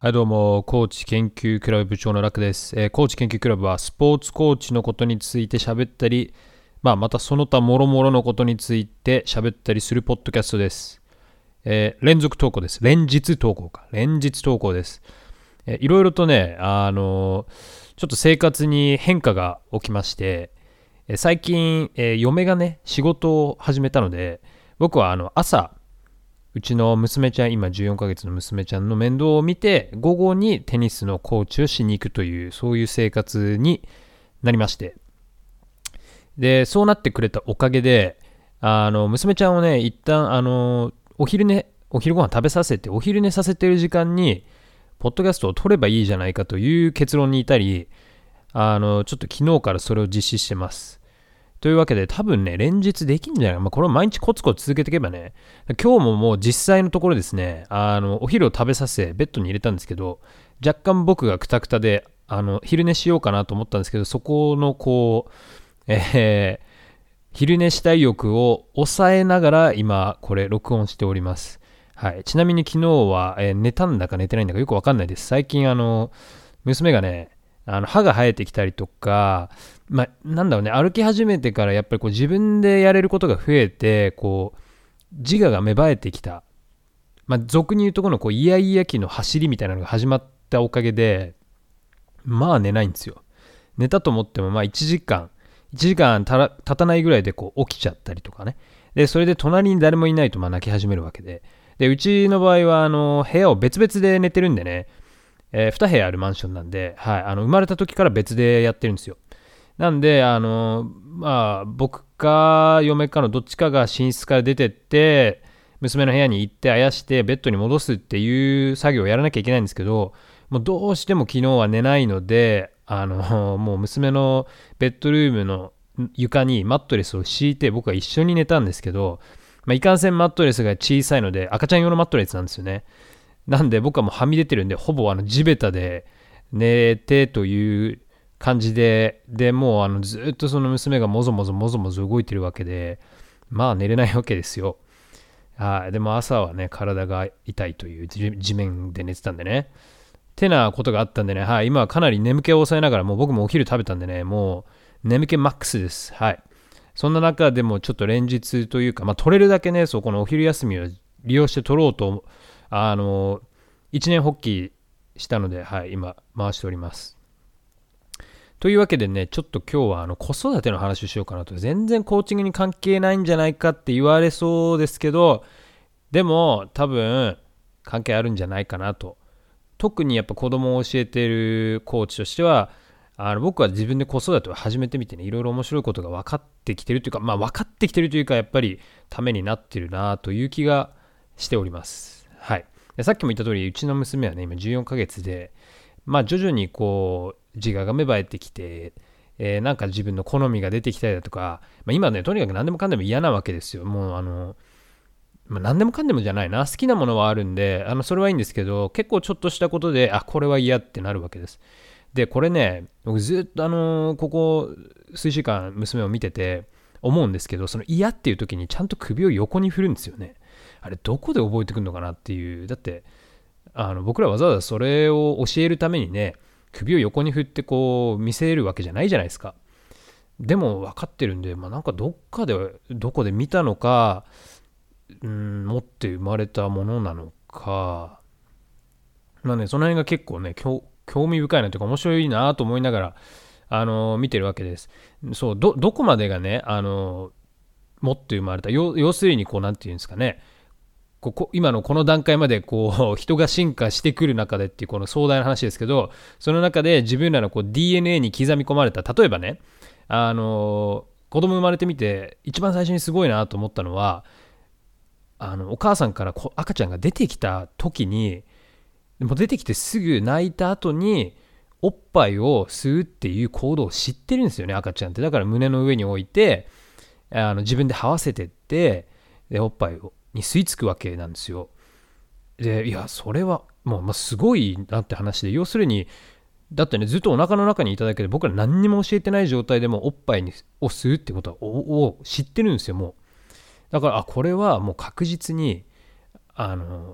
はい、どうも、コーチ研究クラブ部長の楽です。コーチ研究クラブはスポーツコーチのことについて喋ったり、またその他諸々のことについて喋ったりするポッドキャストです。連続投稿です。連日投稿です。いろいろとね、ちょっと生活に変化が起きまして、最近、嫁がね、仕事を始めたので、僕は朝、うちの娘ちゃん、今14ヶ月の娘ちゃんの面倒を見て、午後にテニスのコーチをしに行くという、そういう生活になりまして。で、そうなってくれたおかげで、娘ちゃんをね、一旦、お昼ご飯食べさせて、お昼寝させてる時間に、ポッドキャストを撮ればいいじゃないかという結論に至り、ちょっと昨日からそれを実施してます。というわけで多分ね、連日できんじゃないか。これを毎日コツコツ続けていけばね、今日ももう実際のところですね、お昼を食べさせ、ベッドに入れたんですけど、若干僕がクタクタで、昼寝しようかなと思ったんですけど、そこの昼寝したい欲を抑えながら今、これ録音しております。はい。ちなみに昨日は、寝たんだか寝てないんだかよくわかんないです。最近娘がね、歯が生えてきたりとか、なんだろうね、歩き始めてからやっぱり自分でやれることが増えて、自我が芽生えてきた。俗に言うとこのイヤイヤ期の走りみたいなのが始まったおかげで、寝ないんですよ。寝たと思っても1時間経たないぐらいで起きちゃったりとかね。で、それで隣に誰もいないと泣き始めるわけで。で、うちの場合は部屋を別々で寝てるんでね、2部屋あるマンションなんで、はい、生まれた時から別でやってるんですよ。なんで、僕か嫁かのどっちかが寝室から出てって、娘の部屋に行ってあやしてベッドに戻すっていう作業をやらなきゃいけないんですけど、もうどうしても昨日は寝ないので、もう娘のベッドルームの床にマットレスを敷いて僕は一緒に寝たんですけど、いかんせんマットレスが小さいので赤ちゃん用のマットレスなんですよね。なんで僕はもうはみ出てるんで、ほぼ地べたで寝てという感じで、もうずっとその娘がもぞもぞ動いてるわけで、寝れないわけですよ。でも朝はね、体が痛いという地面で寝てたんでね。てなことがあったんでね、今はかなり眠気を抑えながら、もう僕もお昼食べたんでね、もう眠気マックスです。そんな中でもちょっと連日というか、取れるだけね、このお昼休みを利用して取ろうと一年発起したので、今回しております。というわけでね、ちょっと今日は子育ての話をしようかなと。全然コーチングに関係ないんじゃないかって言われそうですけど、でも多分関係あるんじゃないかなと。特にやっぱ子供を教えているコーチとしては、僕は自分で子育てを始めてみてね、いろいろ面白いことが分かってきてるというか、分かってきてるというか、やっぱりためになってるなという気がしております。でさっきも言った通り、うちの娘はね、今14ヶ月で、徐々に自我が芽生えてきて、なんか自分の好みが出てきたりだとか、今ね、とにかく何でもかんでも嫌なわけですよ。もう何でもかんでもじゃないな。好きなものはあるんで、それはいいんですけど、結構ちょっとしたことで、これは嫌ってなるわけです。で、これね、僕ずっとここ数週間娘を見てて思うんですけど、その嫌っていう時にちゃんと首を横に振るんですよね。あれ、どこで覚えてくるのかなっていう。だって、僕らわざわざそれを教えるためにね、首を横に振って見せるわけじゃないじゃないですか。でも分かってるんで、なんかどこで見たのか、持って生まれたものなのか、その辺が結構ね、興味深いなというか面白いなと思いながら、見てるわけです。そう、どこまでがね、持って生まれた、要するになんていうんですかね、今のこの段階まで人が進化してくる中でっていうこの壮大な話ですけど、その中で自分らのDNA に刻み込まれた、例えばね、子供生まれてみて一番最初にすごいなと思ったのは、お母さんから赤ちゃんが出てきた時に、もう出てきてすぐ泣いた後におっぱいを吸うっていう行動を知ってるんですよね、赤ちゃんって。だから胸の上に置いて自分で這わせてって、でおっぱいに吸い付くわけなんですよ。で、いやそれはもう、すごいなって話で、要するにだってね、ずっとお腹の中にいただけで僕ら何にも教えてない状態でもおっぱいを吸うってことを知ってるんですよ。もうだからこれはもう確実に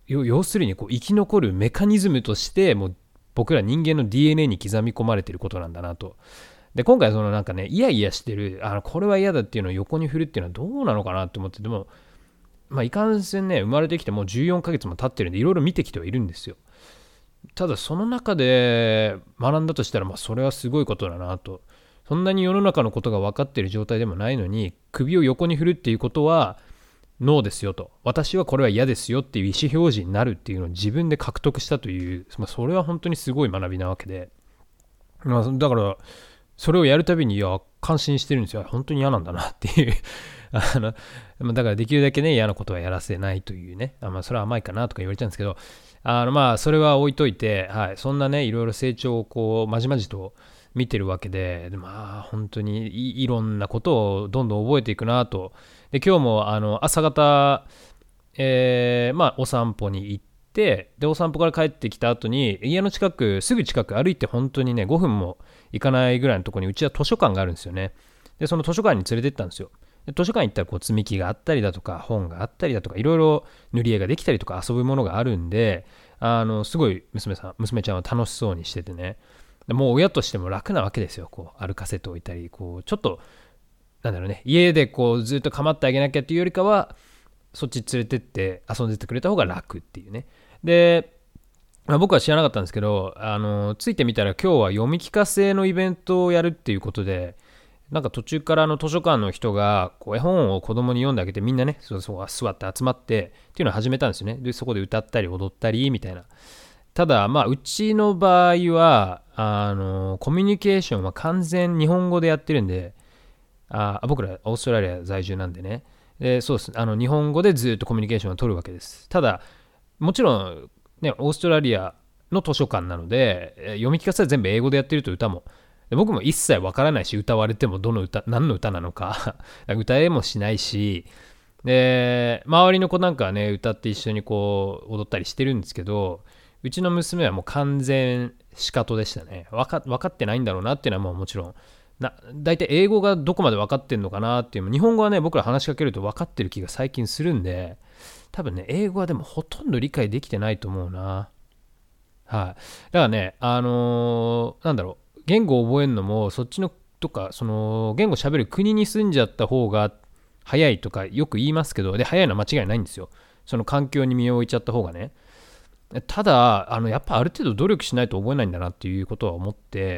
要するにこう生き残るメカニズムとしてもう僕ら人間の DNA に刻み込まれていることなんだなと。で今回そのなんかねイヤイヤしてるこれは嫌だっていうのを横に振るっていうのはどうなのかなって思って。でもまあいかんせんね生まれてきてもう14ヶ月も経ってるんでいろいろ見てきてはいるんですよ。ただその中で学んだとしたらまあそれはすごいことだなと。そんなに世の中のことが分かっている状態でもないのに首を横に振るっていうことはノーですよと、私はこれは嫌ですよっていう意思表示になるっていうのを自分で獲得したという、まあ、それは本当にすごい学びなわけで、まあ、だからそれをやるたびにいや感心してるんですよ。本当に嫌なんだなっていうだからできるだけね嫌なことはやらせないというね、まあ、それは甘いかなとか言われちゃうんですけど、まあそれは置いといて、はい、そんなねいろいろ成長をこうまじまじと見てるわけで、まあ本当にいろんなことをどんどん覚えていくなと。で今日も朝方、まあお散歩に行って、でお散歩から帰ってきた後に家の近くすぐ近く歩いて本当にね5分も行かないぐらいのところにうちは図書館があるんですよね。でその図書館に連れてったんですよ。で図書館行ったらこう積み木があったりだとか本があったりだとかいろいろ塗り絵ができたりとか遊ぶものがあるんで、すごい娘ちゃんは楽しそうにしててね、もう親としても楽なわけですよ。こう歩かせておいたりこうちょっとなんだろうね、家でこうずっと構ってあげなきゃっていうよりかはそっち連れてって遊んでてくれた方が楽っていうね。で、まあ、僕は知らなかったんですけどついてみたら今日は読み聞かせのイベントをやるっていうことで、なんか途中から図書館の人がこう絵本を子供に読んであげてみんなねそう座って集まってっていうのを始めたんですよね。でそこで歌ったり踊ったりみたいな。ただまあうちの場合はコミュニケーションは完全日本語でやってるんで、僕らオーストラリア在住なんでね。でそうです。日本語でずっとコミュニケーションを取るわけです。ただもちろんねオーストラリアの図書館なので読み聞かせは全部英語でやってると。歌もで僕も一切わからないし、歌われても何の歌なのか歌えもしないし、で周りの子なんかはね歌って一緒にこう踊ったりしてるんですけど、うちの娘はもう完全シカトでしたね。分かってないんだろうなっていうのはもうもちろん大体英語がどこまで分かってんのかなっていう、日本語はね僕ら話しかけると分かってる気が最近するんで、多分ね英語はでもほとんど理解できてないと思うな。はい、だからねなんだろう、言語を覚えるのもそっちのとかその言語喋る国に住んじゃった方が早いとかよく言いますけど、で早いのは間違いないんですよ。その環境に身を置いちゃった方がね。ただやっぱある程度努力しないと覚えないんだなっていうことは思って、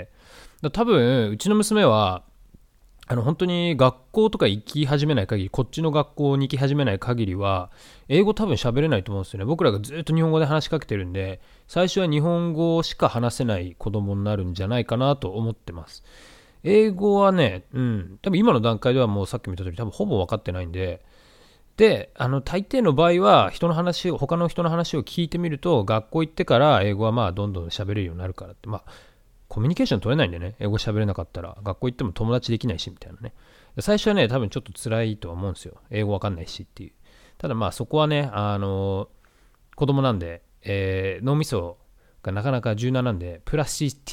多分うちの娘は本当に学校とか行き始めない限り、こっちの学校に行き始めない限りは英語多分喋れないと思うんですよね。僕らがずっと日本語で話しかけてるんで、最初は日本語しか話せない子供になるんじゃないかなと思ってます。英語はね、多分今の段階ではもうさっき見た通り多分ほぼ分かってないんで、で大抵の場合は他の人の話を聞いてみると、学校行ってから英語はまあどんどん喋れるようになるからって、まあコミュニケーション取れないんでね、英語喋れなかったら学校行っても友達できないしみたいなね。最初はね多分ちょっと辛いとは思うんですよ、英語わかんないしっていう。ただまあそこはね子供なんで、脳みそがなかなか柔軟なんで、プラスティ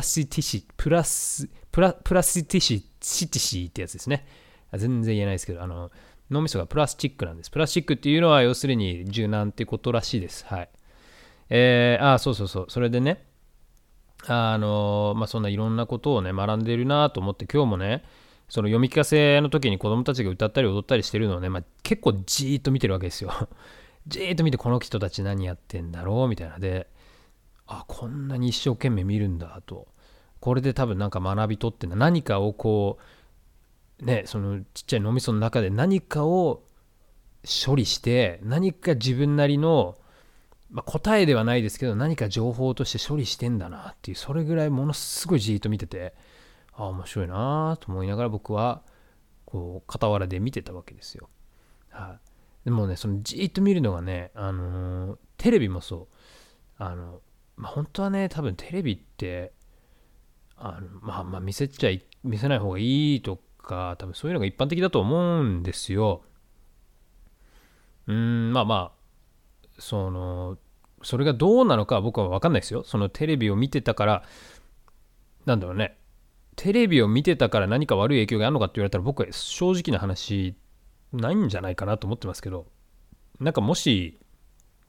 シってやつですね。全然言えないですけど、脳みそがプラスチックなんです。プラスチックっていうのは要するに柔軟ってことらしいです。はい。そうそれでね、まあそんないろんなことをね学んでいるなと思って、今日もねその読み聞かせの時に子供たちが歌ったり踊ったりしてるのをね、まあ、結構じーっと見てるわけですよ。じーっと見て、この人たち何やってんだろうみたいな。で、こんなに一生懸命見るんだと。これで多分なんか学び取ってんだ、何かをこうね、そのちっちゃい脳みその中で何かを処理して、何か自分なりの、答えではないですけど何か情報として処理してんだなっていう、それぐらいものすごいじーっと見てて、面白いなと思いながら僕はこう傍らで見てたわけですよ。でもねそのじーっと見るのがね、テレビもそう、本当はね多分テレビって見せない方がいいとか、多分そういうのが一般的だと思うんですよ。それがどうなのかは僕は分かんないですよ。そのテレビを見てたから、なんだろうね、テレビを見てたから何か悪い影響があるのかって言われたら、僕は正直な話ないんじゃないかなと思ってますけど、なんかもし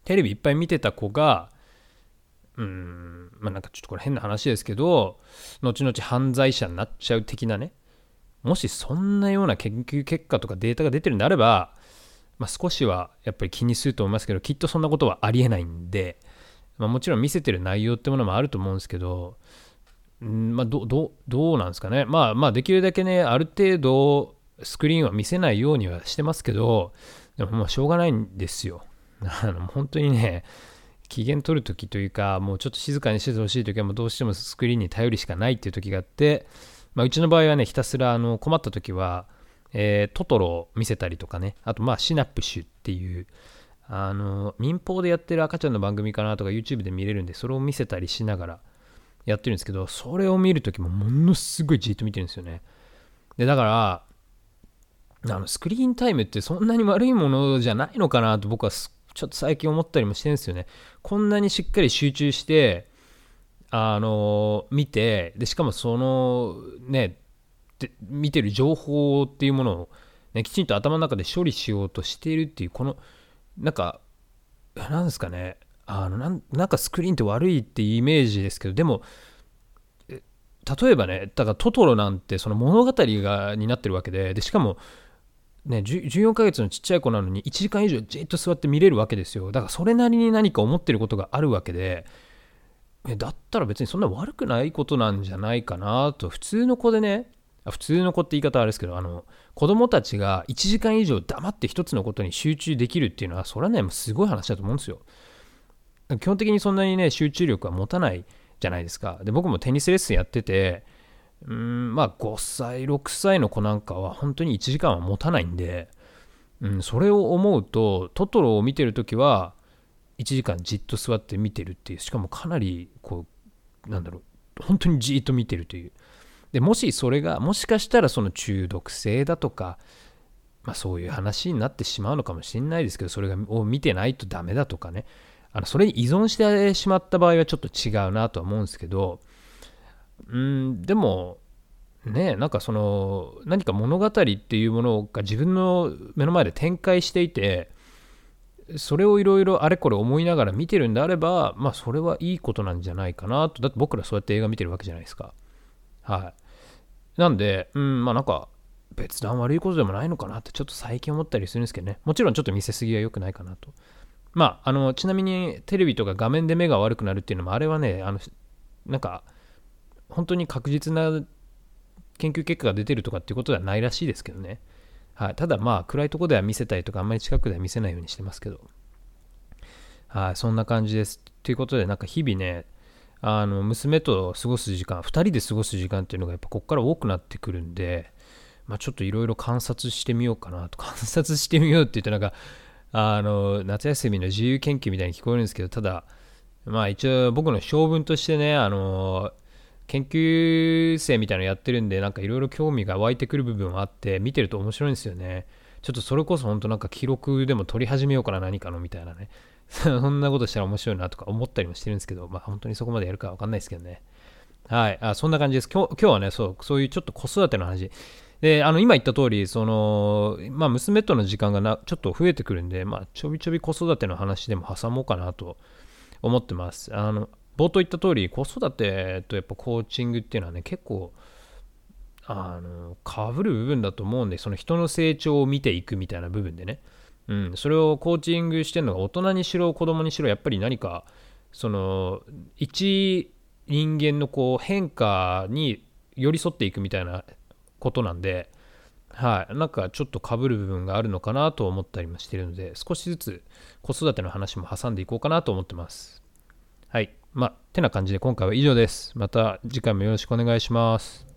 テレビいっぱい見てた子がまあなんかちょっとこれ変な話ですけど、後々犯罪者になっちゃう的なね、もしそんなような研究結果とかデータが出てるんであれば、まあ、少しはやっぱり気にすると思いますけど、きっとそんなことはありえないんで、まあ、もちろん見せてる内容ってものもあると思うんですけど、まあ、どうなんですかね。まあまあできるだけね、ある程度スクリーンは見せないようにはしてますけど、でももうしょうがないんですよ。本当にね、機嫌取るときというか、もうちょっと静かにしててほしいときはもうどうしてもスクリーンに頼るしかないっていうときがあって、まあ、うちの場合はね、ひたすら困ったときは、トトロを見せたりとかね、あとまあシナプシュっていう民放でやってる赤ちゃんの番組かなとか YouTube で見れるんで、それを見せたりしながらやってるんですけど、それを見るときもものすごいじっと見てるんですよね。でだからスクリーンタイムってそんなに悪いものじゃないのかなと僕はちょっと最近思ったりもしてるんですよね。こんなにしっかり集中して見て、でしかもそのねで見てる情報っていうものを、ね、きちんと頭の中で処理しようとしているっていう、このなんかなんですかね、なんかスクリーンって悪いっていうイメージですけど、でも例えばね、だからトトロなんてその物語になってるわけで、しかもね、14ヶ月のちっちゃい子なのに1時間以上じっと座って見れるわけですよ。だからそれなりに何か思ってることがあるわけで、だったら別にそんな悪くないことなんじゃないかなと。普通の子でね、普通の子って言い方あれですけど、子供たちが1時間以上黙って一つのことに集中できるっていうのは、それはね、もうすごい話だと思うんですよ。基本的にそんなにね、集中力は持たないじゃないですか。で、僕もテニスレッスンやってて、まあ5歳、6歳の子なんかは本当に1時間は持たないんで、それを思うと、トトロを見てるときは、1時間じっと座って見てるっていう、しかもかなり、なんだろう、本当にじっと見てるという。で、もしそれが、もしかしたらその中毒性だとか、まあそういう話になってしまうのかもしれないですけど、それを見てないとダメだとかね、それに依存してしまった場合はちょっと違うなとは思うんですけど、でも、ね、なんか何か物語っていうものが自分の目の前で展開していて、それをいろいろあれこれ思いながら見てるんであれば、まあそれはいいことなんじゃないかなと。だって僕らそうやって映画見てるわけじゃないですか。はい。なんで、まあなんか別段悪いことでもないのかなってちょっと最近思ったりするんですけどね。もちろんちょっと見せすぎは良くないかなと。まあちなみにテレビとか画面で目が悪くなるっていうのも、あれはね、なんか本当に確実な研究結果が出てるとかっていうことではないらしいですけどね。はい、ただまあ暗いところでは見せたいとか、あんまり近くでは見せないようにしてますけど、はい、そんな感じです。ということで、なんか日々ね、娘と過ごす時間、2人で過ごす時間っていうのがやっぱここから多くなってくるんで、まあ、ちょっといろいろ観察してみようかなと。観察してみようって言ってなんか、夏休みの自由研究みたいに聞こえるんですけど、ただ、まあ一応僕の性分としてね、研究生みたいなのやってるんで、なんかいろいろ興味が湧いてくる部分はあって、見てると面白いんですよね。ちょっとそれこそ本当なんか記録でも取り始めようかな、何かのみたいなね。そんなことしたら面白いなとか思ったりもしてるんですけど、まあ本当にそこまでやるかわかんないですけどね。はい。そんな感じです。今日はね、そういうちょっと子育ての話。で、今言った通り、まあ娘との時間がちょっと増えてくるんで、まあちょびちょび子育ての話でも挟もうかなと思ってます。冒頭言った通り、子育てとやっぱコーチングっていうのはね、結構被る部分だと思うんで、その人の成長を見ていくみたいな部分でね、それをコーチングしてるのが大人にしろ子供にしろ、やっぱり何か一人間の変化に寄り添っていくみたいなことなんで、はい、なんかちょっと被る部分があるのかなと思ったりもしているので、少しずつ子育ての話も挟んでいこうかなと思ってます。はい。まあ、てな感じで今回は以上です。また次回もよろしくお願いします。